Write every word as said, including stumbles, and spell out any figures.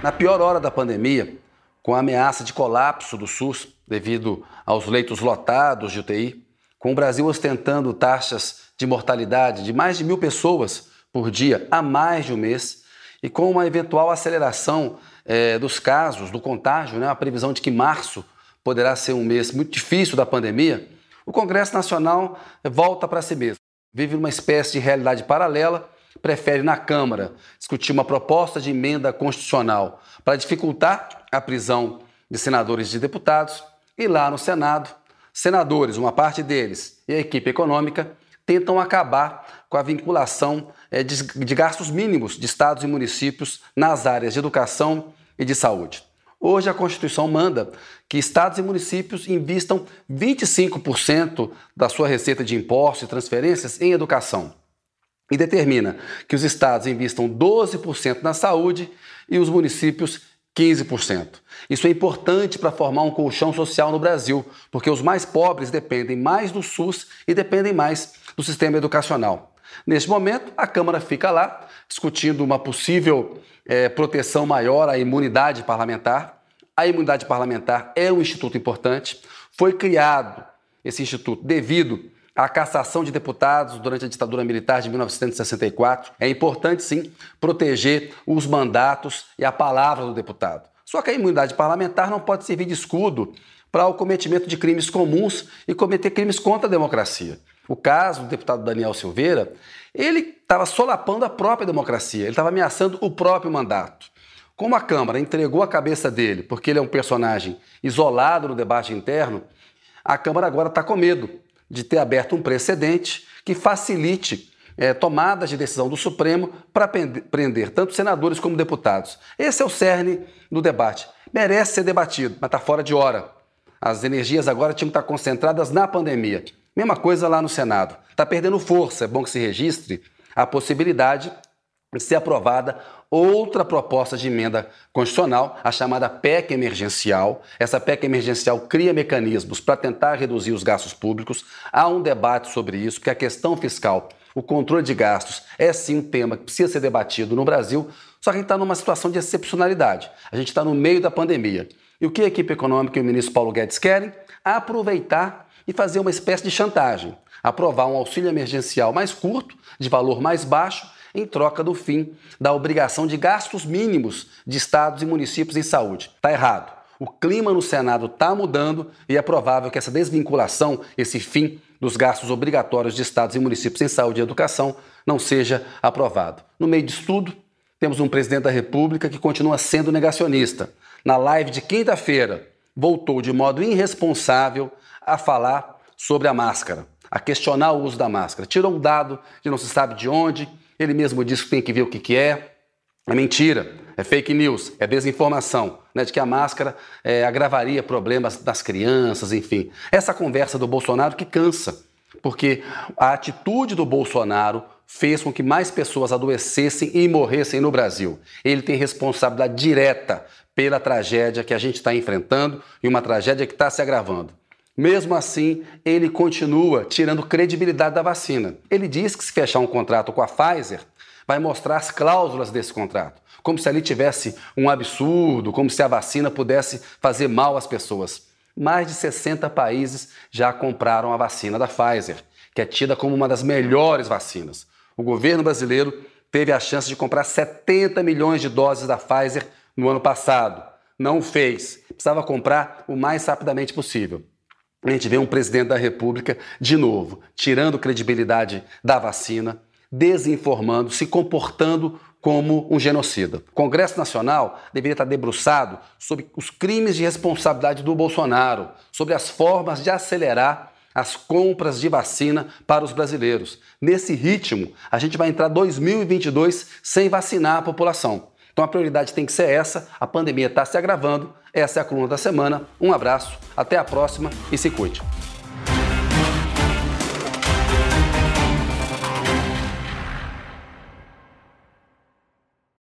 Na pior hora da pandemia, com a ameaça de colapso do SUS devido aos leitos lotados de U T I, com o Brasil ostentando taxas de mortalidade de mais de mil pessoas por dia há mais de um mês, e com uma eventual aceleração eh, dos casos, do contágio, né, a previsão de que março poderá ser um mês muito difícil da pandemia, o Congresso Nacional volta para si mesmo. Vive uma espécie de realidade paralela, prefere na Câmara discutir uma proposta de emenda constitucional para dificultar a prisão de senadores e de deputados, e lá no Senado, senadores, uma parte deles, e a equipe econômica tentam acabar com a vinculação é, de, de gastos mínimos de estados e municípios nas áreas de educação e de saúde. Hoje a Constituição manda que estados e municípios invistam vinte e cinco por cento da sua receita de impostos e transferências em educação e determina que os estados invistam doze por cento na saúde e os municípios quinze por cento. Isso é importante para formar um colchão social no Brasil, porque os mais pobres dependem mais do SUS e dependem mais do sistema educacional. Neste momento, a Câmara fica lá discutindo uma possível eh, proteção maior à imunidade parlamentar. A imunidade parlamentar é um instituto importante, foi criado esse instituto devido à cassação de deputados durante a ditadura militar de mil novecentos e sessenta e quatro. É importante, sim, proteger os mandatos e a palavra do deputado. Só que a imunidade parlamentar não pode servir de escudo para o cometimento de crimes comuns e cometer crimes contra a democracia. O caso do deputado Daniel Silveira, ele estava solapando a própria democracia, ele estava ameaçando o próprio mandato. Como a Câmara entregou a cabeça dele, porque ele é um personagem isolado no debate interno, a Câmara agora está com medo de ter aberto um precedente que facilite é, tomadas de decisão do Supremo para prender tanto senadores como deputados. Esse é o cerne do debate. Merece ser debatido, mas está fora de hora. As energias agora tinham que estar concentradas na pandemia. Mesma coisa lá no Senado. Está perdendo força, é bom que se registre a possibilidade de ser aprovada outra proposta de emenda constitucional, a chamada P E C emergencial. Essa P E C emergencial cria mecanismos para tentar reduzir os gastos públicos. Há um debate sobre isso, porque a questão fiscal, o controle de gastos, é sim um tema que precisa ser debatido no Brasil, só que a gente está numa situação de excepcionalidade. A gente está no meio da pandemia. E o que a equipe econômica e o ministro Paulo Guedes querem? Aproveitar e fazer uma espécie de chantagem. Aprovar um auxílio emergencial mais curto, de valor mais baixo, em troca do fim da obrigação de gastos mínimos de estados e municípios em saúde. Está errado. O clima no Senado está mudando e é provável que essa desvinculação, esse fim dos gastos obrigatórios de estados e municípios em saúde e educação não seja aprovado. No meio disso tudo, temos um presidente da República que continua sendo negacionista. Na live de quinta-feira, voltou de modo irresponsável a falar sobre a máscara, a questionar o uso da máscara. Tirou um dado que não se sabe de onde, ele mesmo disse que tem que ver o que, que é. É mentira, é fake news, é desinformação, né, de que a máscara é, agravaria problemas das crianças, enfim. Essa conversa do Bolsonaro que cansa, porque a atitude do Bolsonaro fez com que mais pessoas adoecessem e morressem no Brasil. Ele tem responsabilidade direta pela tragédia que a gente está enfrentando e uma tragédia que está se agravando. Mesmo assim, ele continua tirando credibilidade da vacina. Ele diz que se fechar um contrato com a Pfizer, vai mostrar as cláusulas desse contrato, como se ali tivesse um absurdo, como se a vacina pudesse fazer mal às pessoas. Mais de sessenta países já compraram a vacina da Pfizer, que é tida como uma das melhores vacinas. O governo brasileiro teve a chance de comprar setenta milhões de doses da Pfizer no ano passado. Não fez. Precisava comprar o mais rapidamente possível. A gente vê um presidente da República, de novo, tirando credibilidade da vacina, desinformando, se comportando como um genocida. O Congresso Nacional deveria estar debruçado sobre os crimes de responsabilidade do Bolsonaro, sobre as formas de acelerar as compras de vacina para os brasileiros. Nesse ritmo, a gente vai entrar dois mil e vinte e dois sem vacinar a população. Então a prioridade tem que ser essa, a pandemia está se agravando, essa é a coluna da semana. Um abraço, até a próxima e se cuide.